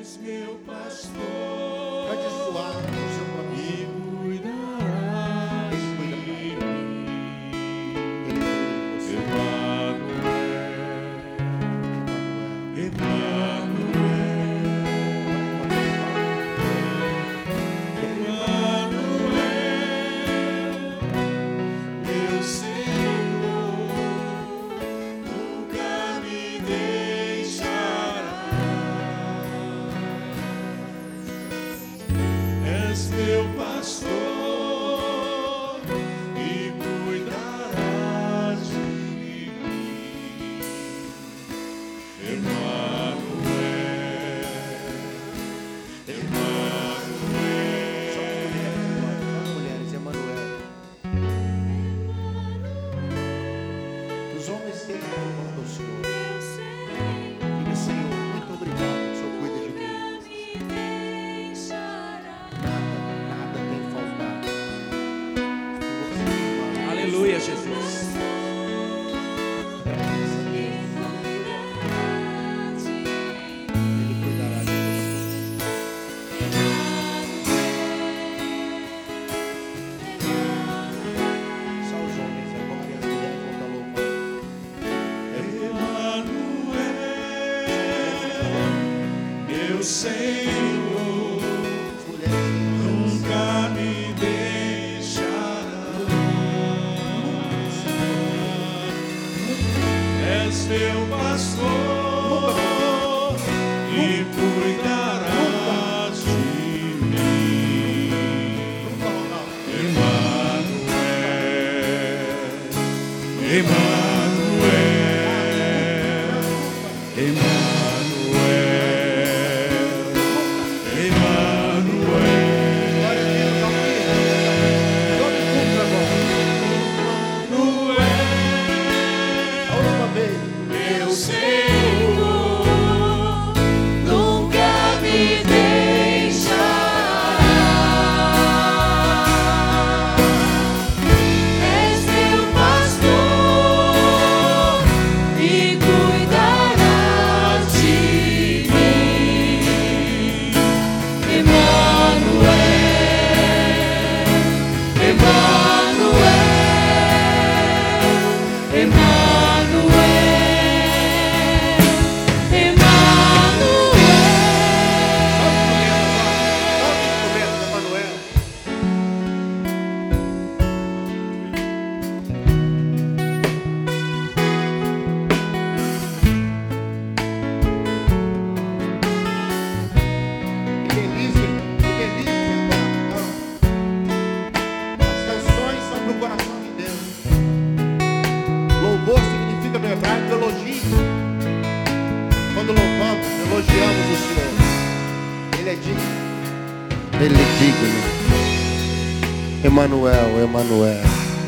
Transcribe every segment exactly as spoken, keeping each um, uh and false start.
Emanuel, Emanuel.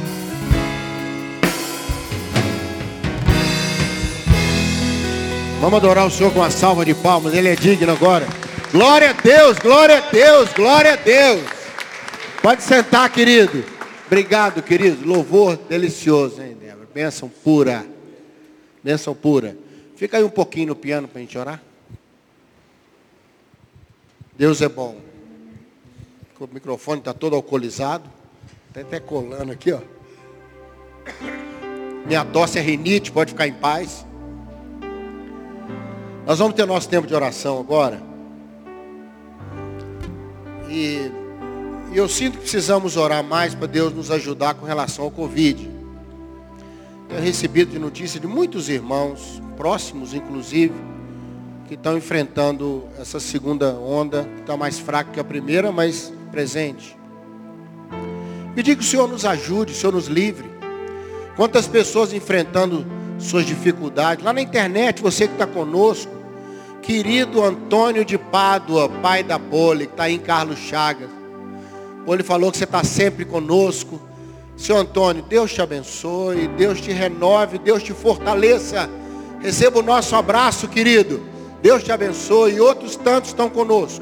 Vamos adorar o Senhor com uma salva de palmas. Ele é digno agora. Glória a Deus, glória a Deus, glória a Deus. Pode sentar, querido. Obrigado, querido. Louvor delicioso, hein, Débora? Bênção pura. Bênção pura. Fica aí um pouquinho no piano para a gente orar. Deus é bom. O microfone está todo alcoolizado. Está até colando aqui, ó. Minha tosse é rinite, pode ficar em paz. Nós vamos ter nosso tempo de oração agora. E, e eu sinto que precisamos orar mais para Deus nos ajudar com relação ao Covid. Tenho recebido de notícia de muitos irmãos, próximos inclusive, que estão enfrentando essa segunda onda, que está mais fraca que a primeira, mas presente. Pedir que o Senhor nos ajude, o Senhor nos livre. Quantas pessoas enfrentando suas dificuldades. Lá na internet, você que está conosco, querido Antônio de Pádua, pai da Poli, que está aí em Carlos Chagas. Poli falou que você está sempre conosco. Seu Antônio, Deus te abençoe, Deus te renove, Deus te fortaleça. Receba o nosso abraço, querido. Deus te abençoe. E outros tantos estão conosco.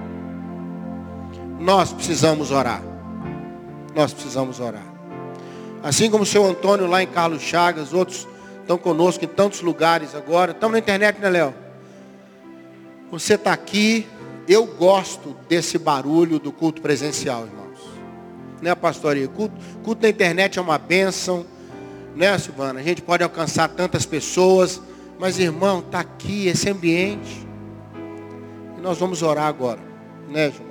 Nós precisamos orar. Nós precisamos orar. Assim como o seu Antônio lá em Carlos Chagas, outros estão conosco em tantos lugares agora. Estamos na internet, né, Léo? Você está aqui, eu gosto desse barulho do culto presencial, irmãos. Né, pastoria? Culto, culto na internet é uma bênção, né, Silvana? A gente pode alcançar tantas pessoas, mas, irmão, está aqui esse ambiente. E nós vamos orar agora, né, Gilmar?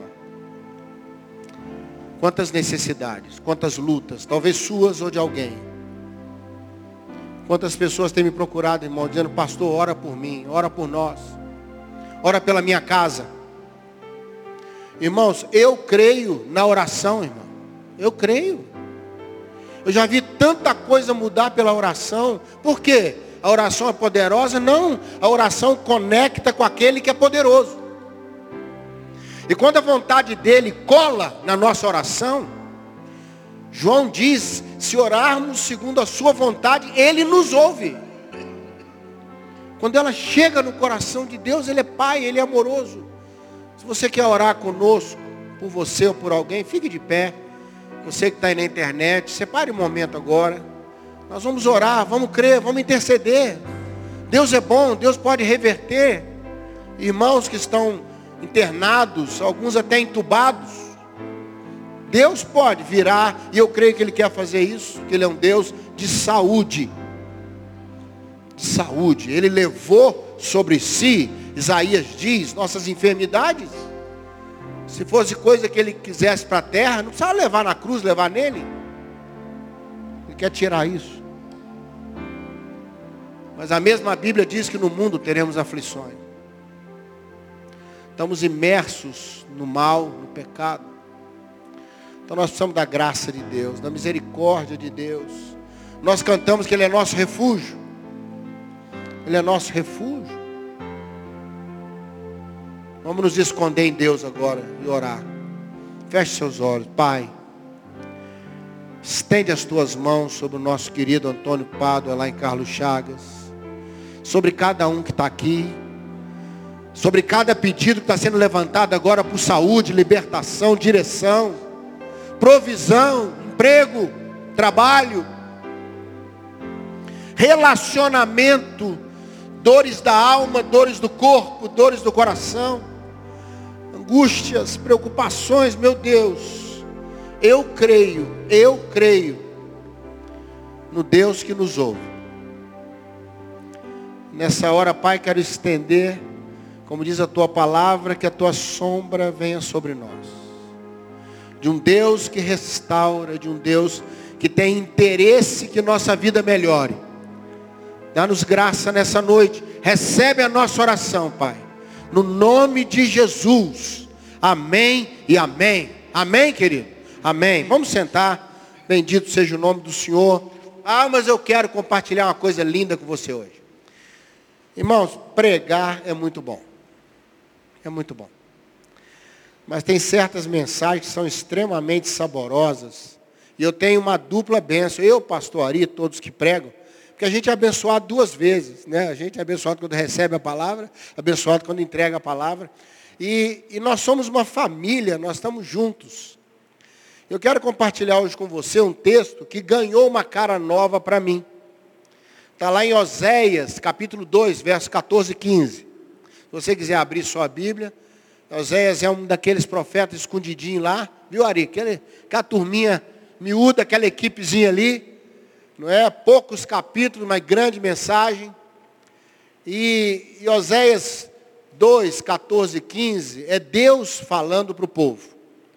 Quantas necessidades, quantas lutas, talvez suas ou de alguém. Quantas pessoas têm me procurado, irmão, dizendo, pastor, ora por mim, ora por nós. Ora pela minha casa. Irmãos, eu creio na oração, irmão. Eu creio. Eu já vi tanta coisa mudar pela oração. Por quê? A oração é poderosa? Não. A oração conecta com aquele que é poderoso. E quando a vontade dele cola na nossa oração, João diz, se orarmos segundo a sua vontade, ele nos ouve. Quando ela chega no coração de Deus, ele é Pai, ele é amoroso. Se você quer orar conosco, por você ou por alguém, fique de pé. Você que está aí na internet, separe um momento agora. Nós vamos orar, vamos crer, vamos interceder. Deus é bom, Deus pode reverter. Irmãos que estão internados, alguns até entubados. Deus pode virar, e eu creio que Ele quer fazer isso, que Ele é um Deus de saúde. De saúde. Ele levou sobre si, Isaías diz, nossas enfermidades. Se fosse coisa que Ele quisesse para a terra, não precisava levar na cruz, levar nele. Ele quer tirar isso. Mas a mesma Bíblia diz que no mundo teremos aflições. Estamos imersos no mal, no pecado. Então nós precisamos da graça de Deus, da misericórdia de Deus. Nós cantamos que Ele é nosso refúgio. Ele é nosso refúgio. Vamos nos esconder em Deus agora e orar. Feche seus olhos. Pai, estende as tuas mãos sobre o nosso querido Antônio Pádua, lá em Carlos Chagas. Sobre cada um que está aqui. Sobre cada pedido que está sendo levantado agora por saúde, libertação, direção, provisão, emprego, trabalho, relacionamento, dores da alma, dores do corpo, dores do coração, angústias, preocupações, meu Deus. Eu creio, eu creio no Deus que nos ouve. Nessa hora, Pai, quero estender, como diz a tua palavra, que a tua sombra venha sobre nós. De um Deus que restaura, de um Deus que tem interesse que nossa vida melhore. Dá-nos graça nessa noite. Recebe a nossa oração, Pai. No nome de Jesus. Amém e amém. Amém, querido? Amém. Vamos sentar. Bendito seja o nome do Senhor. Ah, mas eu quero compartilhar uma coisa linda com você hoje. Irmãos, pregar é muito bom. É muito bom. Mas tem certas mensagens que são extremamente saborosas. E eu tenho uma dupla bênção. Eu, pastor Ari, todos que pregam. Porque a gente é abençoado duas vezes. Né? A gente é abençoado quando recebe a palavra. Abençoado quando entrega a palavra. E, e nós somos uma família. Nós estamos juntos. Eu quero compartilhar hoje com você um texto que ganhou uma cara nova para mim. Está lá em Oséias, capítulo dois, versos catorze e quinze. Se você quiser abrir sua Bíblia, Oséias é um daqueles profetas escondidinhos lá, viu, Ari? Aquela, aquela turminha miúda, aquela equipezinha ali, não é? Poucos capítulos, mas grande mensagem. E, e Oséias dois, catorze e quinze é Deus falando para o povo.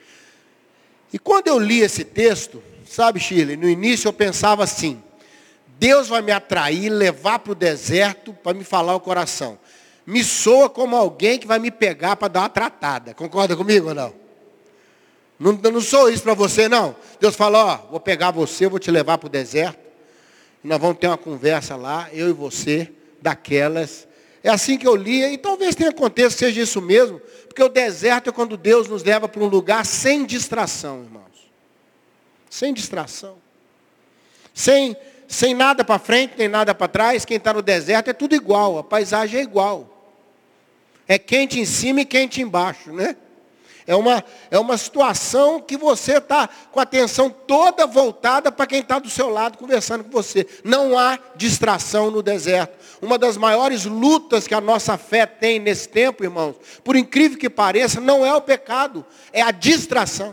E quando eu li esse texto, sabe, Shirley, no início eu pensava assim, Deus vai me atrair, levar para o deserto para me falar o coração. Me soa como alguém que vai me pegar para dar uma tratada. Concorda comigo ou não? Não, não sou isso para você, não. Deus fala, ó, vou pegar você, vou te levar para o deserto. E nós vamos ter uma conversa lá, eu e você, daquelas. É assim que eu li, e talvez tenha acontecido que seja isso mesmo. Porque o deserto é quando Deus nos leva para um lugar sem distração, irmãos. Sem distração. Sem, sem nada para frente, nem nada para trás. Quem está no deserto é tudo igual, a paisagem é igual. É quente em cima e quente embaixo, né? É uma, é uma situação que você está com a atenção toda voltada para quem está do seu lado conversando com você. Não há distração no deserto. Uma das maiores lutas que a nossa fé tem nesse tempo, irmãos, por incrível que pareça, não é o pecado, é a distração.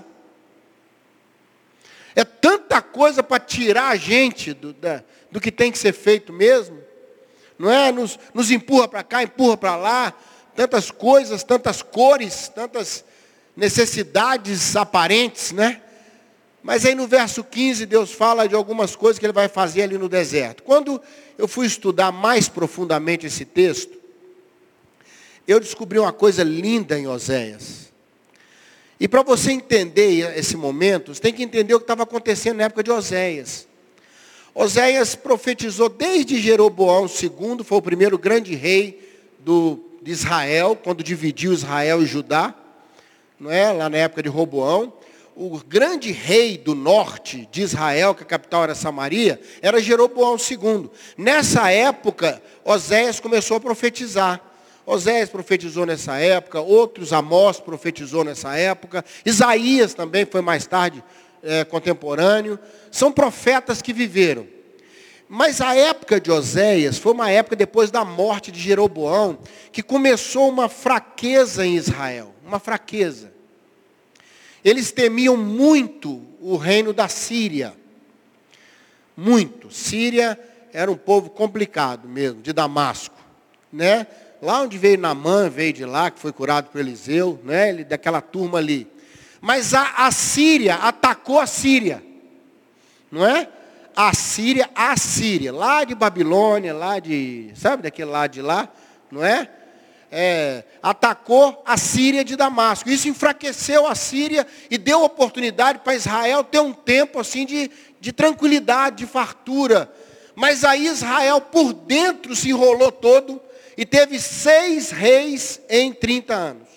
É tanta coisa para tirar a gente do, da, do que tem que ser feito mesmo. Não é? Nos, nos empurra para cá, empurra para lá. Tantas coisas, tantas cores, tantas necessidades aparentes, né? Mas aí no verso quinze, Deus fala de algumas coisas que Ele vai fazer ali no deserto. Quando eu fui estudar mais profundamente esse texto, eu descobri uma coisa linda em Oséias. E para você entender esse momento, você tem que entender o que estava acontecendo na época de Oséias. Oséias profetizou desde Jeroboão segundo, foi o primeiro grande rei do, de Israel, quando dividiu Israel e Judá. Não é? Lá na época de Roboão, o grande rei do norte de Israel, que a capital era Samaria, era Jeroboão segundo. Nessa época, Oséias começou a profetizar. Oséias profetizou nessa época, outros, Amós profetizou nessa época, Isaías também foi mais tarde é, contemporâneo. São profetas que viveram. Mas a época de Oséias foi uma época depois da morte de Jeroboão, que começou uma fraqueza em Israel. Uma fraqueza. Eles temiam muito o reino da Síria. Muito. Síria era um povo complicado mesmo, de Damasco. Né? Lá onde veio Naamã, veio de lá, que foi curado por Eliseu, né? Ele, daquela turma ali. Mas a, a Síria atacou a Síria. Não é? A Síria, a Síria, lá de Babilônia, lá de, sabe daquele lado de lá, não é? É, atacou a Síria de Damasco. Isso enfraqueceu a Síria e deu oportunidade para Israel ter um tempo assim de, de tranquilidade, de fartura. Mas aí Israel por dentro se enrolou todo e teve seis reis em trinta anos.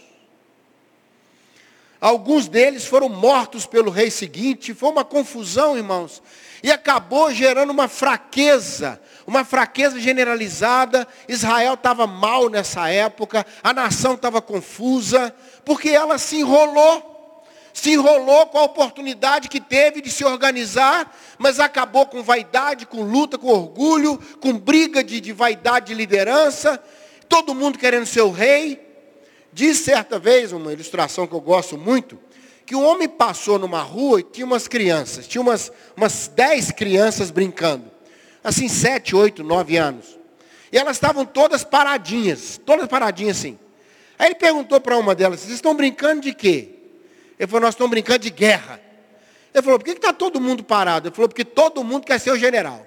Alguns deles foram mortos pelo rei seguinte. Foi uma confusão, irmãos. E acabou gerando uma fraqueza, uma fraqueza generalizada. Israel estava mal nessa época, a nação estava confusa, porque ela se enrolou. Se enrolou com a oportunidade que teve de se organizar, mas acabou com vaidade, com luta, com orgulho, com briga de, de vaidade de liderança. Todo mundo querendo ser o rei. Diz certa vez, uma ilustração que eu gosto muito, que um homem passou numa rua e tinha umas crianças, tinha umas, umas dez crianças brincando, assim, sete, oito, nove anos. E elas estavam todas paradinhas, todas paradinhas assim. Aí ele perguntou para uma delas, vocês estão brincando de quê? Ele falou, nós estamos brincando de guerra. Ele falou, por que está todo mundo parado? Ele falou, porque todo mundo quer ser o general.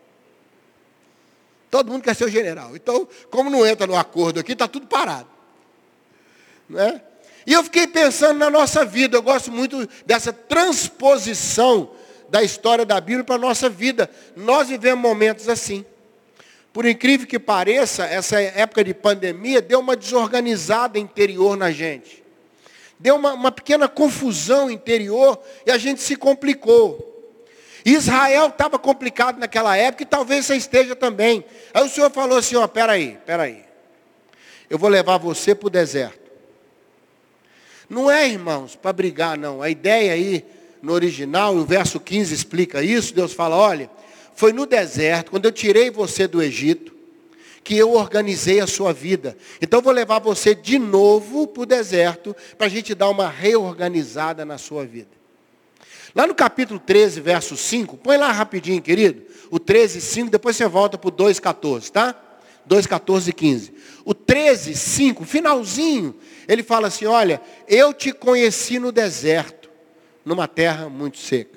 Todo mundo quer ser o general. Então, como não entra no acordo aqui, está tudo parado. Não é? E eu fiquei pensando na nossa vida. Eu gosto muito dessa transposição da história da Bíblia para a nossa vida. Nós vivemos momentos assim. Por incrível que pareça, essa época de pandemia deu uma desorganizada interior na gente. Deu uma, uma pequena confusão interior e a gente se complicou. Israel estava complicado naquela época e talvez você esteja também. Aí o Senhor falou assim, ó, peraí, peraí. Eu vou levar você para o deserto. Não é, irmãos, para brigar, não. A ideia aí, no original, o verso quinze explica isso. Deus fala, olha, foi no deserto, quando eu tirei você do Egito, que eu organizei a sua vida. Então eu vou levar você de novo para o deserto, para a gente dar uma reorganizada na sua vida. Lá no capítulo treze, verso cinco, põe lá rapidinho, querido. O treze, cinco, depois você volta para o dois, catorze, tá? dois, catorze e quinze. O treze, cinco, finalzinho, ele fala assim, olha, eu te conheci no deserto, numa terra muito seca.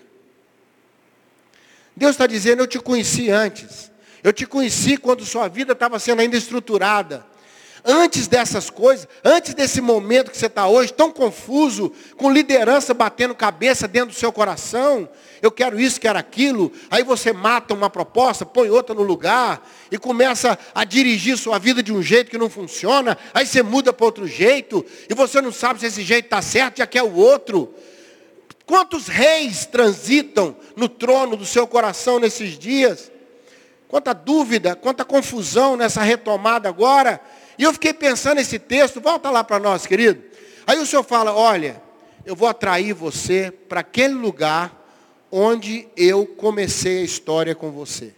Deus está dizendo, eu te conheci antes. Eu te conheci quando sua vida estava sendo ainda estruturada. Antes dessas coisas, antes desse momento que você está hoje, tão confuso, com liderança batendo cabeça dentro do seu coração, eu quero isso, quero aquilo, aí você mata uma proposta, põe outra no lugar, e começa a dirigir sua vida de um jeito que não funciona, aí você muda para outro jeito, e você não sabe se esse jeito está certo, já quer o outro. Quantos reis transitam no trono do seu coração nesses dias? Quanta dúvida, quanta confusão nessa retomada agora. E eu fiquei pensando nesse texto, volta lá para nós, querido. Aí o Senhor fala, olha, eu vou atrair você para aquele lugar onde eu comecei a história com você.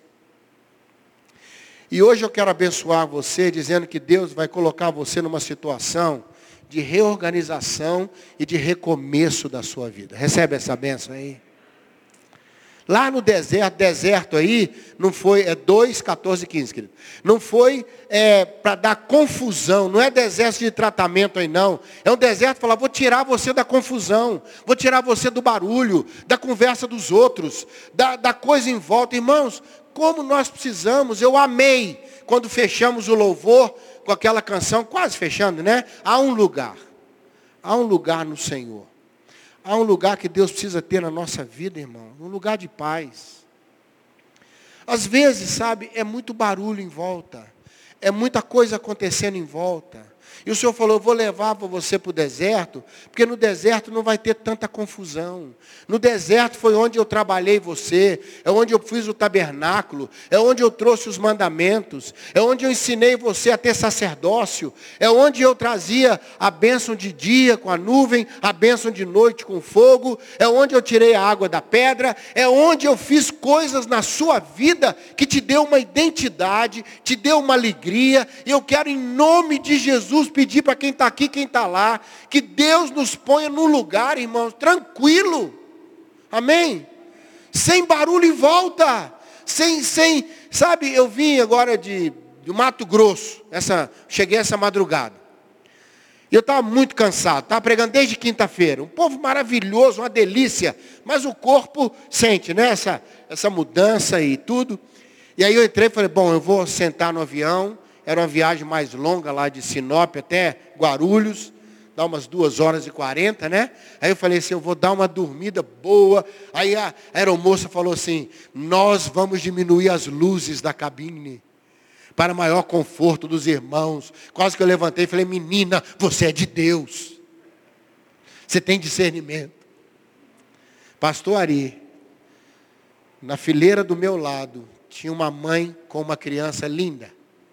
E hoje eu quero abençoar você, dizendo que Deus vai colocar você numa situação de reorganização e de recomeço da sua vida. Recebe essa bênção aí? Lá no deserto, deserto aí, não foi, é dois, quatorze, quinze, querido. Não foi é, para dar confusão, não é deserto de tratamento aí não. É um deserto para falar, vou tirar você da confusão, vou tirar você do barulho, da conversa dos outros, da, da coisa em volta. Irmãos, como nós precisamos, eu amei quando fechamos o louvor com aquela canção, quase fechando, né? Há um lugar, há um lugar no Senhor. Há um lugar que Deus precisa ter na nossa vida, irmão. Um lugar de paz. Às vezes, sabe, é muito barulho em volta. É muita coisa acontecendo em volta. E o Senhor falou, eu vou levar você para o deserto, porque no deserto não vai ter tanta confusão. No deserto foi onde eu trabalhei você, é onde eu fiz o tabernáculo, é onde eu trouxe os mandamentos, é onde eu ensinei você a ter sacerdócio, é onde eu trazia a bênção de dia com a nuvem, a bênção de noite com o fogo, é onde eu tirei a água da pedra, é onde eu fiz coisas na sua vida que te deu uma identidade, te deu uma alegria, e eu quero em nome de Jesus pedir para quem está aqui, quem está lá, que Deus nos ponha num lugar, irmãos, tranquilo. Amém? Sem barulho em volta. Sem, sem, sabe, eu vim agora de, de Mato Grosso, essa, cheguei essa madrugada. E eu estava muito cansado, estava pregando desde quinta-feira. Um povo maravilhoso, uma delícia. Mas o corpo sente, né? Essa, essa mudança e tudo. E aí eu entrei e falei, bom, eu vou sentar no avião. Era uma viagem mais longa lá de Sinop até Guarulhos. Dá umas duas horas e quarenta, né? Aí eu falei assim, eu vou dar uma dormida boa. Aí a aeromoça falou assim, nós vamos diminuir as luzes da cabine para maior conforto dos irmãos. Quase que eu levantei e falei, menina, você é de Deus. Você tem discernimento. Pastor Ari, na fileira do meu lado, tinha uma mãe com uma criança linda.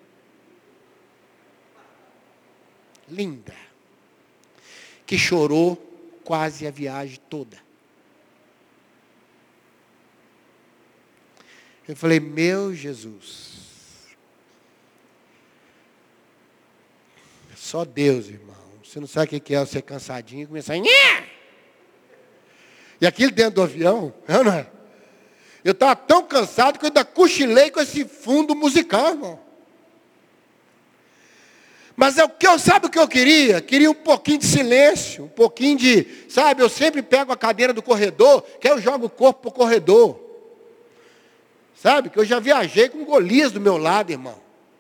Linda. Que chorou quase a viagem toda. Eu falei, meu Jesus. Só Deus, irmão. Você não sabe o que é você cansadinho e começar a... E aquilo dentro do avião, eu não é? Eu estava tão cansado que eu ainda cochilei com esse fundo musical, irmão. Mas é o que eu, sabe o que eu queria? Queria um pouquinho de silêncio, um pouquinho de, sabe, eu sempre pego a cadeira do corredor, que eu jogo o corpo para o corredor. Sabe, que eu já viajei com Golias do meu lado, irmão.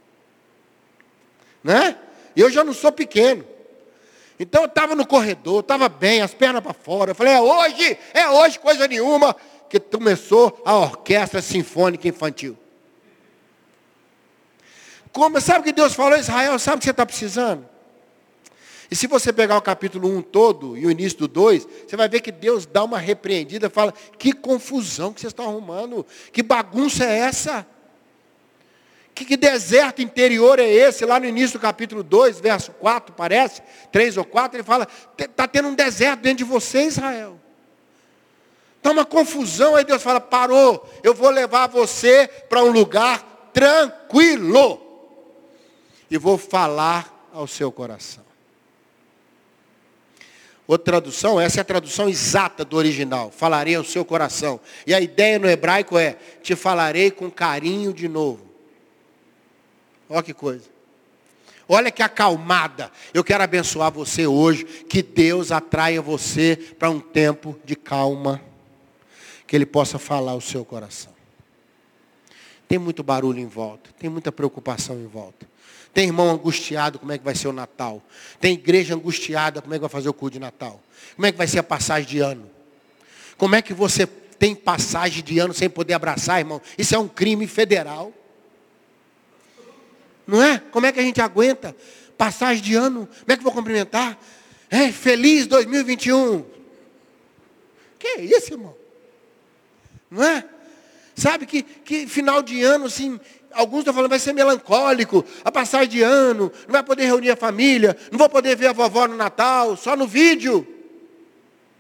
Né? E eu já não sou pequeno. Então eu estava no corredor, estava bem, as pernas para fora. Eu falei, é hoje, é hoje, coisa nenhuma, que começou a orquestra sinfônica infantil. Como, sabe o que Deus falou, Israel, sabe o que você está precisando? E se você pegar o capítulo um todo e o início do dois, você vai ver que Deus dá uma repreendida, fala, que confusão que vocês estão arrumando, que bagunça é essa? Que, que deserto interior é esse? Lá no início do capítulo dois, verso quatro, parece, três ou quatro, ele fala, está tendo um deserto dentro de você, Israel. Está uma confusão, aí Deus fala, parou, eu vou levar você para um lugar tranquilo. E vou falar ao seu coração. Outra tradução, essa é a tradução exata do original. Falarei ao seu coração. E a ideia no hebraico é, te falarei com carinho de novo. Olha que coisa. Olha que acalmada. Eu quero abençoar você hoje. Que Deus atraia você para um tempo de calma. Que Ele possa falar ao seu coração. Tem muito barulho em volta. Tem muita preocupação em volta. Tem irmão angustiado, como é que vai ser o Natal? Tem igreja angustiada, como é que vai fazer o culto de Natal? Como é que vai ser a passagem de ano? Como é que você tem passagem de ano sem poder abraçar, irmão? Isso é um crime federal. Não é? Como é que a gente aguenta passagem de ano? Como é que eu vou cumprimentar? É, feliz dois mil e vinte e um. Que é isso, irmão? Não é? Sabe que, que final de ano, assim... Alguns estão falando, vai ser melancólico, a passagem de ano, não vai poder reunir a família, não vou poder ver a vovó no Natal, só no vídeo.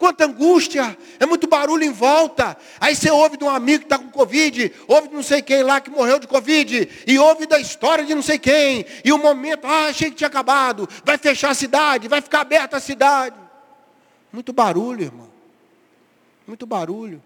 quanta angústia, é muito barulho em volta. Aí você ouve de um amigo que está com Covid, ouve de não sei quem lá que morreu de Covid, e ouve da história de não sei quem, e o momento, ah, achei que tinha acabado, vai fechar a cidade, vai ficar aberta a cidade. Muito barulho, irmão. Muito barulho.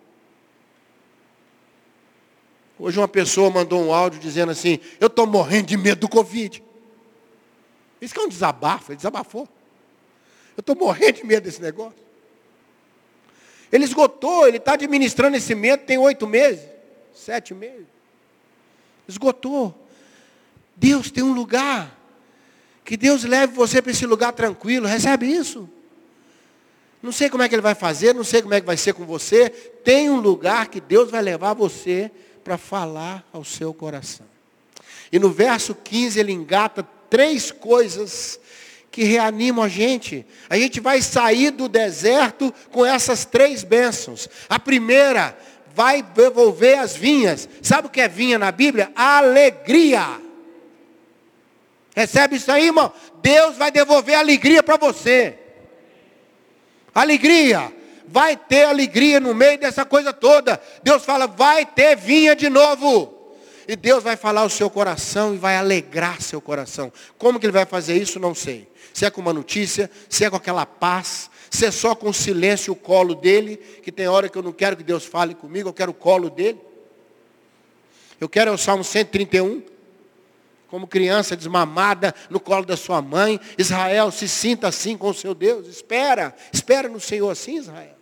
Hoje uma pessoa mandou um áudio dizendo assim, eu estou morrendo de medo do Covid. Isso que é um desabafo, ele desabafou. Eu estou morrendo de medo desse negócio. Ele esgotou, ele está administrando esse medo tem oito meses, sete meses. Esgotou. Deus tem um lugar, que Deus leve você para esse lugar tranquilo, recebe isso. Não sei como é que Ele vai fazer, não sei como é que vai ser com você. Tem um lugar que Deus vai levar você para falar ao seu coração. E no verso quinze ele engata três coisas que reanimam a gente. A gente vai sair do deserto com essas três bênçãos. A primeira, vai devolver as vinhas. Sabe o que é vinha na Bíblia? Alegria. Recebe isso aí, irmão? Deus vai devolver alegria para você. Alegria. Vai ter alegria no meio dessa coisa toda. Deus fala, vai ter vinha de novo. E Deus vai falar ao seu coração e vai alegrar seu coração. Como que Ele vai fazer isso, não sei. Se é com uma notícia, se é com aquela paz, se é só com o silêncio e o colo dele, que tem hora que eu não quero que Deus fale comigo, eu quero o colo dele. Eu quero o Salmo cento e trinta e um. Como criança desmamada no colo da sua mãe. Israel, se sinta assim com o seu Deus. Espera, espera no Senhor assim, Israel.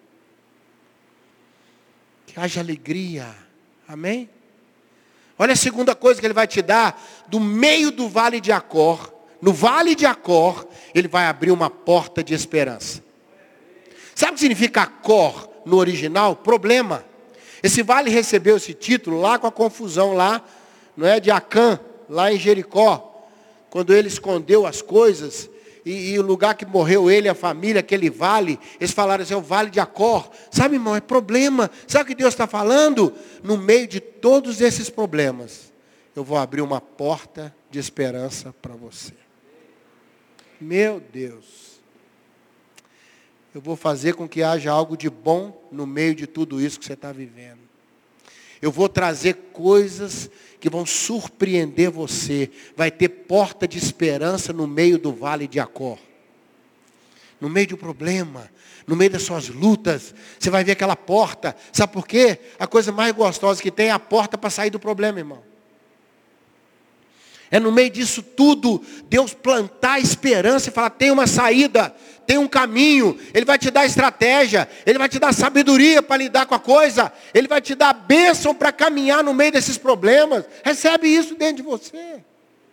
Que haja alegria. Amém? Olha a segunda coisa que Ele vai te dar. Do meio do vale de Acor. No vale de Acor, Ele vai abrir uma porta de esperança. Sabe o que significa Acor no original? Problema. Esse vale recebeu esse título lá com a confusão lá, não é, de Acã. Lá em Jericó, quando ele escondeu as coisas, e, e o lugar que morreu ele, a família, aquele vale, eles falaram assim, é o vale de Acor. Sabe, irmão, é problema. Sabe o que Deus está falando? No meio de todos esses problemas, eu vou abrir uma porta de esperança para você. Meu Deus. Eu vou fazer com que haja algo de bom no meio de tudo isso que você está vivendo. Eu vou trazer coisas que vão surpreender você. Vai ter porta de esperança no meio do vale de Acor. No meio do problema, no meio das suas lutas, você vai ver aquela porta. Sabe por quê? A coisa mais gostosa que tem é a porta para sair do problema, irmão. É no meio disso tudo, Deus plantar esperança e falar, tem uma saída, tem um caminho. Ele vai te dar estratégia, Ele vai te dar sabedoria para lidar com a coisa. Ele vai te dar bênção para caminhar no meio desses problemas. Recebe isso dentro de você.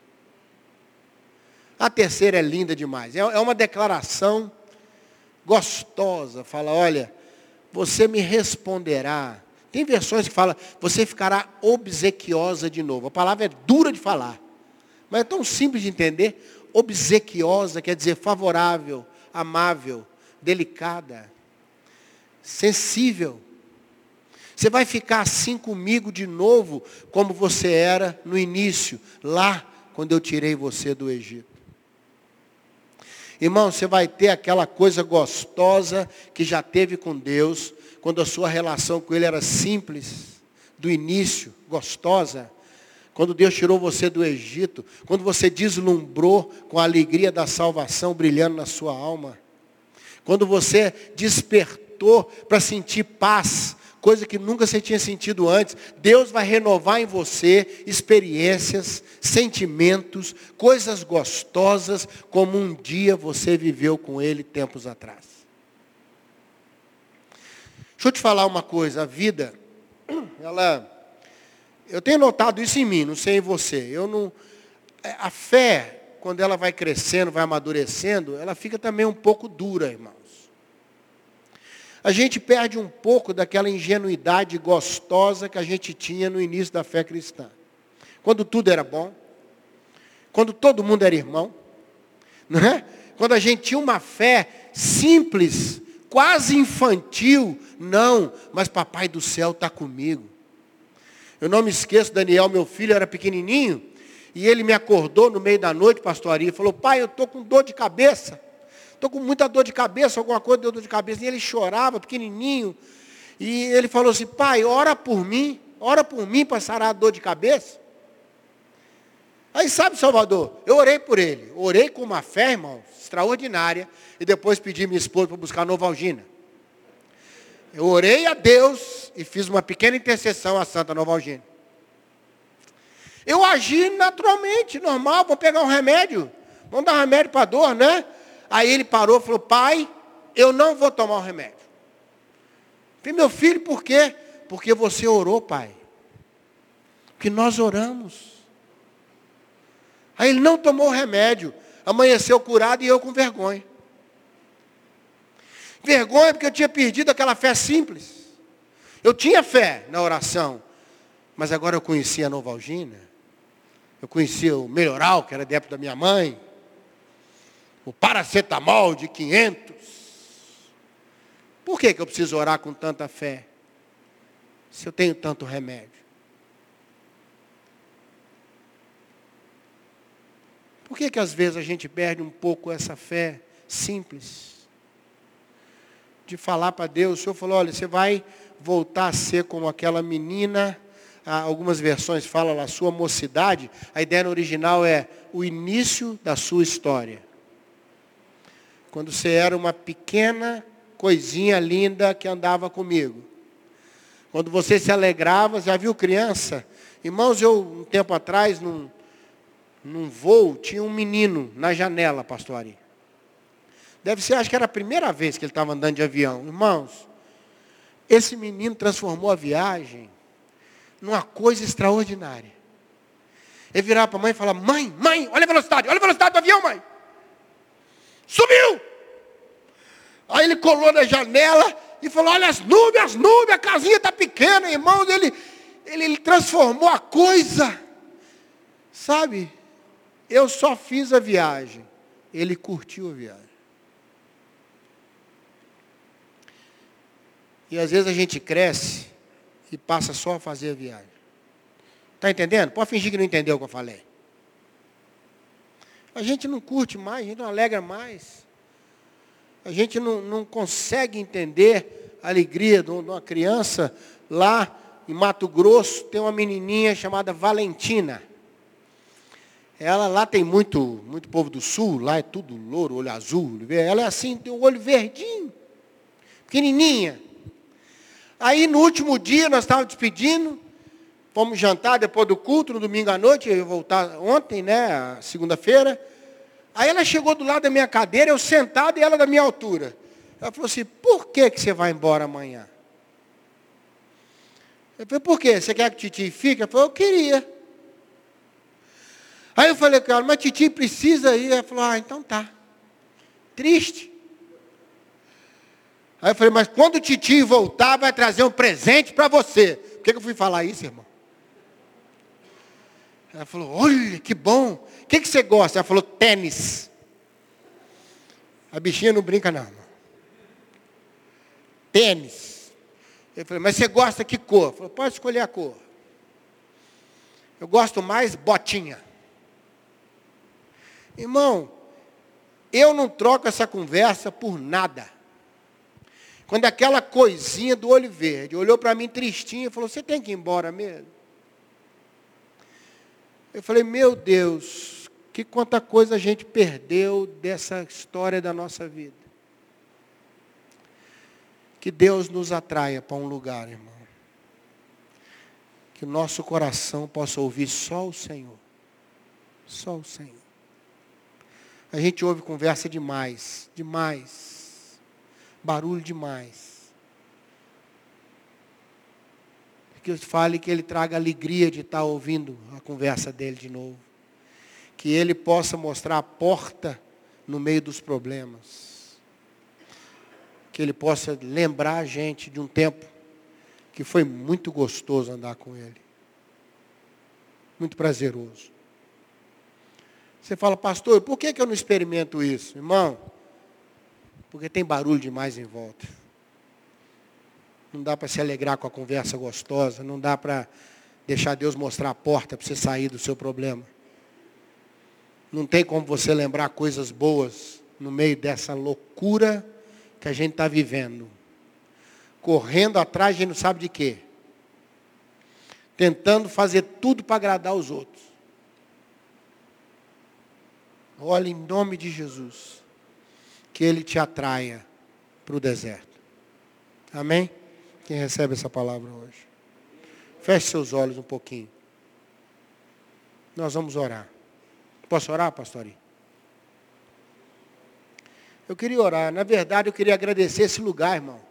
A terceira é linda demais. É uma declaração gostosa. Fala, olha, você me responderá. Tem versões que falam, você ficará obsequiosa de novo. A palavra é dura de falar. Mas é tão simples de entender. Obsequiosa quer dizer favorável, amável, delicada, sensível. Você vai ficar assim comigo de novo, como você era no início, lá quando eu tirei você do Egito. Irmão, você vai ter aquela coisa gostosa que já teve com Deus, quando a sua relação com Ele era simples, do início, gostosa. Quando Deus tirou você do Egito, quando você deslumbrou com a alegria da salvação brilhando na sua alma. Quando você despertou para sentir paz, coisa que nunca você tinha sentido antes. Deus vai renovar em você experiências, sentimentos, coisas gostosas, como um dia você viveu com Ele tempos atrás. Deixa eu te falar uma coisa, a vida, ela... Eu tenho notado isso em mim, não sei em você. Eu não, a fé, quando ela vai crescendo, vai amadurecendo, ela fica também um pouco dura, irmãos. A gente perde um pouco daquela ingenuidade gostosa que a gente tinha no início da fé cristã. Quando tudo era bom, quando todo mundo era irmão, não é? Quando a gente tinha uma fé simples, quase infantil, não, mas papai do céu está comigo. Eu não me esqueço, Daniel, meu filho, era pequenininho, e ele me acordou no meio da noite, pastor Ari, e falou, pai, eu estou com dor de cabeça, estou com muita dor de cabeça, alguma coisa deu dor de cabeça. E ele chorava, pequenininho. E ele falou assim, pai, ora por mim, ora por mim para sarar a dor de cabeça. Aí sabe, Salvador, eu orei por ele. Orei com uma fé, irmão, extraordinária. E depois pedi minha esposa para buscar a Novalgina. Eu orei a Deus e fiz uma pequena intercessão à Santa Novalgina. Eu agi naturalmente, normal, vou pegar um remédio. Vamos dar um remédio para a dor, né? Aí ele parou e falou, pai, eu não vou tomar o remédio. Eu falei, meu filho, por quê? Porque você orou, pai. Porque nós oramos. Aí ele não tomou o remédio. Amanheceu curado e eu com vergonha. Vergonha porque eu tinha perdido aquela fé simples. Eu tinha fé na oração. Mas agora eu conhecia a Novalgina. Eu conhecia o Melhoral, que era da época da minha mãe. O paracetamol de quinhentos. Por que que eu preciso orar com tanta fé? Se eu tenho tanto remédio. Por que que às vezes a gente perde um pouco essa fé simples? De falar para Deus, o Senhor falou, olha, você vai voltar a ser como aquela menina, algumas versões falam a sua mocidade, a ideia no original é o início da sua história. Quando você era uma pequena coisinha linda que andava comigo. Quando você se alegrava, já viu criança? Irmãos, eu um tempo atrás, num, num voo, tinha um menino na janela, pastor Ari. Deve ser, acho que era a primeira vez que ele estava andando de avião. Irmãos, esse menino transformou a viagem numa coisa extraordinária. Ele virava para a mãe e falava, mãe, mãe, olha a velocidade, olha a velocidade do avião, mãe. Subiu! Aí ele colou na janela e falou, olha as nuvens, as nuvens, a casinha está pequena, irmãos. Ele, ele, ele transformou a coisa. Sabe, eu só fiz a viagem. Ele curtiu a viagem. E às vezes a gente cresce e passa só a fazer a viagem. Está entendendo? Pode fingir que não entendeu o que eu falei. A gente não curte mais, a gente não alegra mais. A gente não, não consegue entender a alegria de uma criança lá em Mato Grosso. Tem uma menininha chamada Valentina. Ela lá tem muito, muito povo do sul, lá é tudo louro, olho azul. Ela é assim, tem o olho verdinho, pequenininha. Aí no último dia nós estávamos despedindo, fomos jantar depois do culto, no domingo à noite, eu ia voltar ontem, né, segunda-feira. Aí ela chegou do lado da minha cadeira, eu sentado e ela da minha altura. Ela falou assim, por que que você vai embora amanhã? Eu falei, por quê? Você quer que a Titi fique? Ela falou, eu queria. Aí eu falei, cara, mas a Titi precisa ir. Ela falou, ah, então tá. Triste. Aí eu falei, mas quando o Titi voltar, vai trazer um presente para você. Por que que eu fui falar isso, irmão? Ela falou, olha, que bom. O que que você gosta? Ela falou, tênis. A bichinha não brinca não. Tênis. Eu falei, mas você gosta que cor? Ela falou, pode escolher a cor. Eu gosto mais botinha. Irmão, eu não troco essa conversa por nada. Quando aquela coisinha do olho verde olhou para mim tristinha e falou, você tem que ir embora mesmo? Eu falei, meu Deus, que quanta coisa a gente perdeu dessa história da nossa vida. Que Deus nos atraia para um lugar, irmão. Que o nosso coração possa ouvir só o Senhor. Só o Senhor. A gente ouve conversa demais, demais. Barulho demais. Que eu fale que Ele traga alegria de estar ouvindo a conversa dele de novo. Que Ele possa mostrar a porta no meio dos problemas. Que Ele possa lembrar a gente de um tempo que foi muito gostoso andar com Ele. Muito prazeroso. Você fala, pastor, por que que eu não experimento isso? Irmão, porque tem barulho demais em volta. Não dá para se alegrar com a conversa gostosa. Não dá para deixar Deus mostrar a porta para você sair do seu problema. Não tem como você lembrar coisas boas no meio dessa loucura que a gente está vivendo. Correndo atrás, a gente não sabe de quê. Tentando fazer tudo para agradar os outros. Olha, em nome de Jesus, que Ele te atraia para o deserto. Amém? Quem recebe essa palavra hoje? Feche seus olhos um pouquinho. Nós vamos orar. Posso orar, pastorinho? Eu queria orar. Na verdade, eu queria agradecer esse lugar, irmão.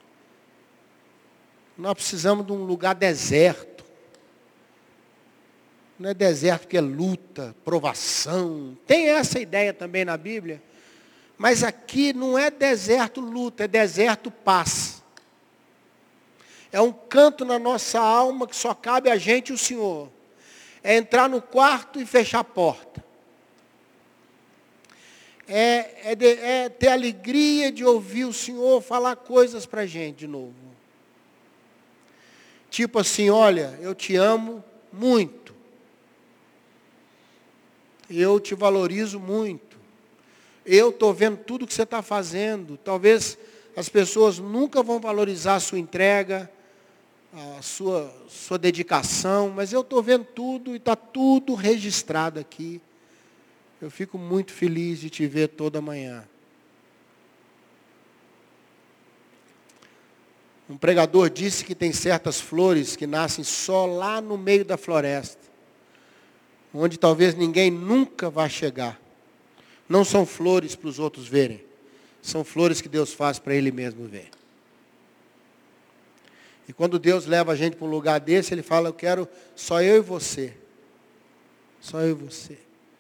Nós precisamos de um lugar deserto. Não é deserto que é luta, provação. Tem essa ideia também na Bíblia. Mas aqui não é deserto luta, é deserto paz. É um canto na nossa alma que só cabe a gente e o Senhor. É entrar no quarto e fechar a porta. É, é, de, é ter alegria de ouvir o Senhor falar coisas para a gente de novo. Tipo assim, olha, eu te amo muito. Eu te valorizo muito. Eu estou vendo tudo que você está fazendo. Talvez as pessoas nunca vão valorizar a sua entrega, a sua, sua dedicação, mas eu estou vendo tudo e está tudo registrado aqui. Eu fico muito feliz de te ver toda manhã. Um pregador disse que tem certas flores que nascem só lá no meio da floresta, onde talvez ninguém nunca vá chegar. Não são flores para os outros verem, são flores que Deus faz para Ele mesmo ver. E quando Deus leva a gente para um lugar desse, Ele fala, eu quero só eu e você. Só eu e você.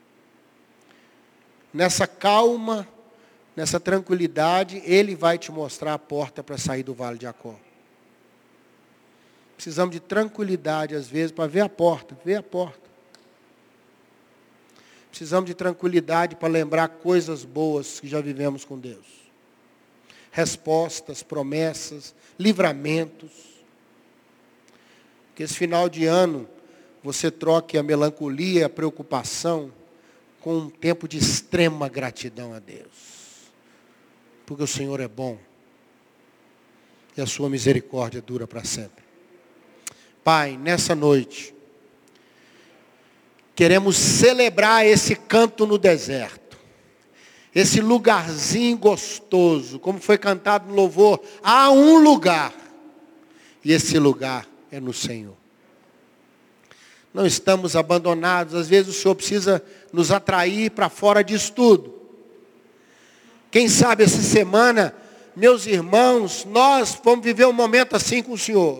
Nessa calma, nessa tranquilidade, Ele vai te mostrar a porta para sair do vale de Jacó. Precisamos de tranquilidade, às vezes, para ver a porta, ver a porta. Precisamos de tranquilidade para lembrar coisas boas que já vivemos com Deus. Respostas, promessas, livramentos. Que esse final de ano, você troque a melancolia, a preocupação, com um tempo de extrema gratidão a Deus. Porque o Senhor é bom. E a sua misericórdia dura para sempre. Pai, nessa noite, queremos celebrar esse canto no deserto. Esse lugarzinho gostoso, como foi cantado no louvor, há um lugar. E esse lugar é no Senhor. Não estamos abandonados. Às vezes o Senhor precisa nos atrair para fora disso tudo. Quem sabe essa semana, meus irmãos, nós vamos viver um momento assim com o Senhor.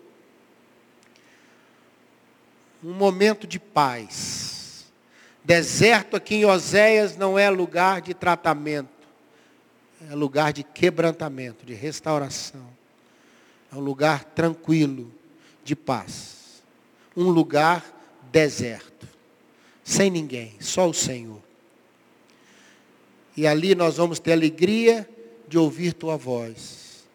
Um momento de paz. Deserto aqui em Oséias não é lugar de tratamento. É lugar de quebrantamento, de restauração. É um lugar tranquilo, de paz. Um lugar deserto. Sem ninguém, só o Senhor. E ali nós vamos ter alegria de ouvir tua voz.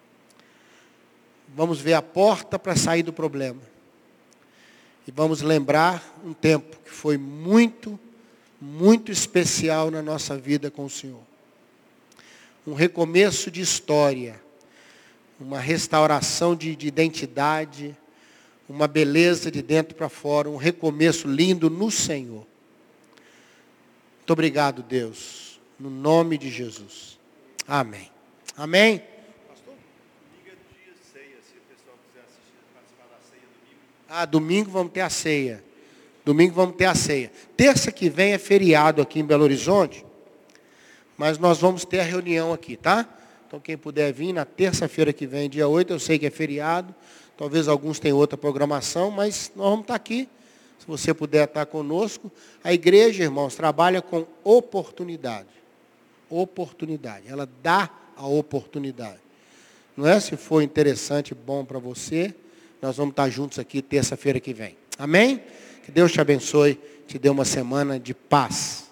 Vamos ver a porta para sair do problema. E vamos lembrar um tempo que foi muito, muito especial na nossa vida com o Senhor. Um recomeço de história. Uma restauração de, de identidade. Uma beleza de dentro para fora. Um recomeço lindo no Senhor. Muito obrigado, Deus. No nome de Jesus. Amém. Amém. Ah, domingo vamos ter a ceia. Domingo vamos ter a ceia. Terça que vem é feriado aqui em Belo Horizonte. Mas nós vamos ter a reunião aqui, tá? Então quem puder vir na terça-feira que vem, dia oito, eu sei que é feriado. Talvez alguns tenham outra programação, mas nós vamos estar aqui. Se você puder estar conosco. A igreja, irmãos, trabalha com oportunidade. Oportunidade. Ela dá a oportunidade. Não é se for interessante e bom para você. Nós vamos estar juntos aqui terça-feira que vem. Amém? Que Deus te abençoe, te dê uma semana de paz.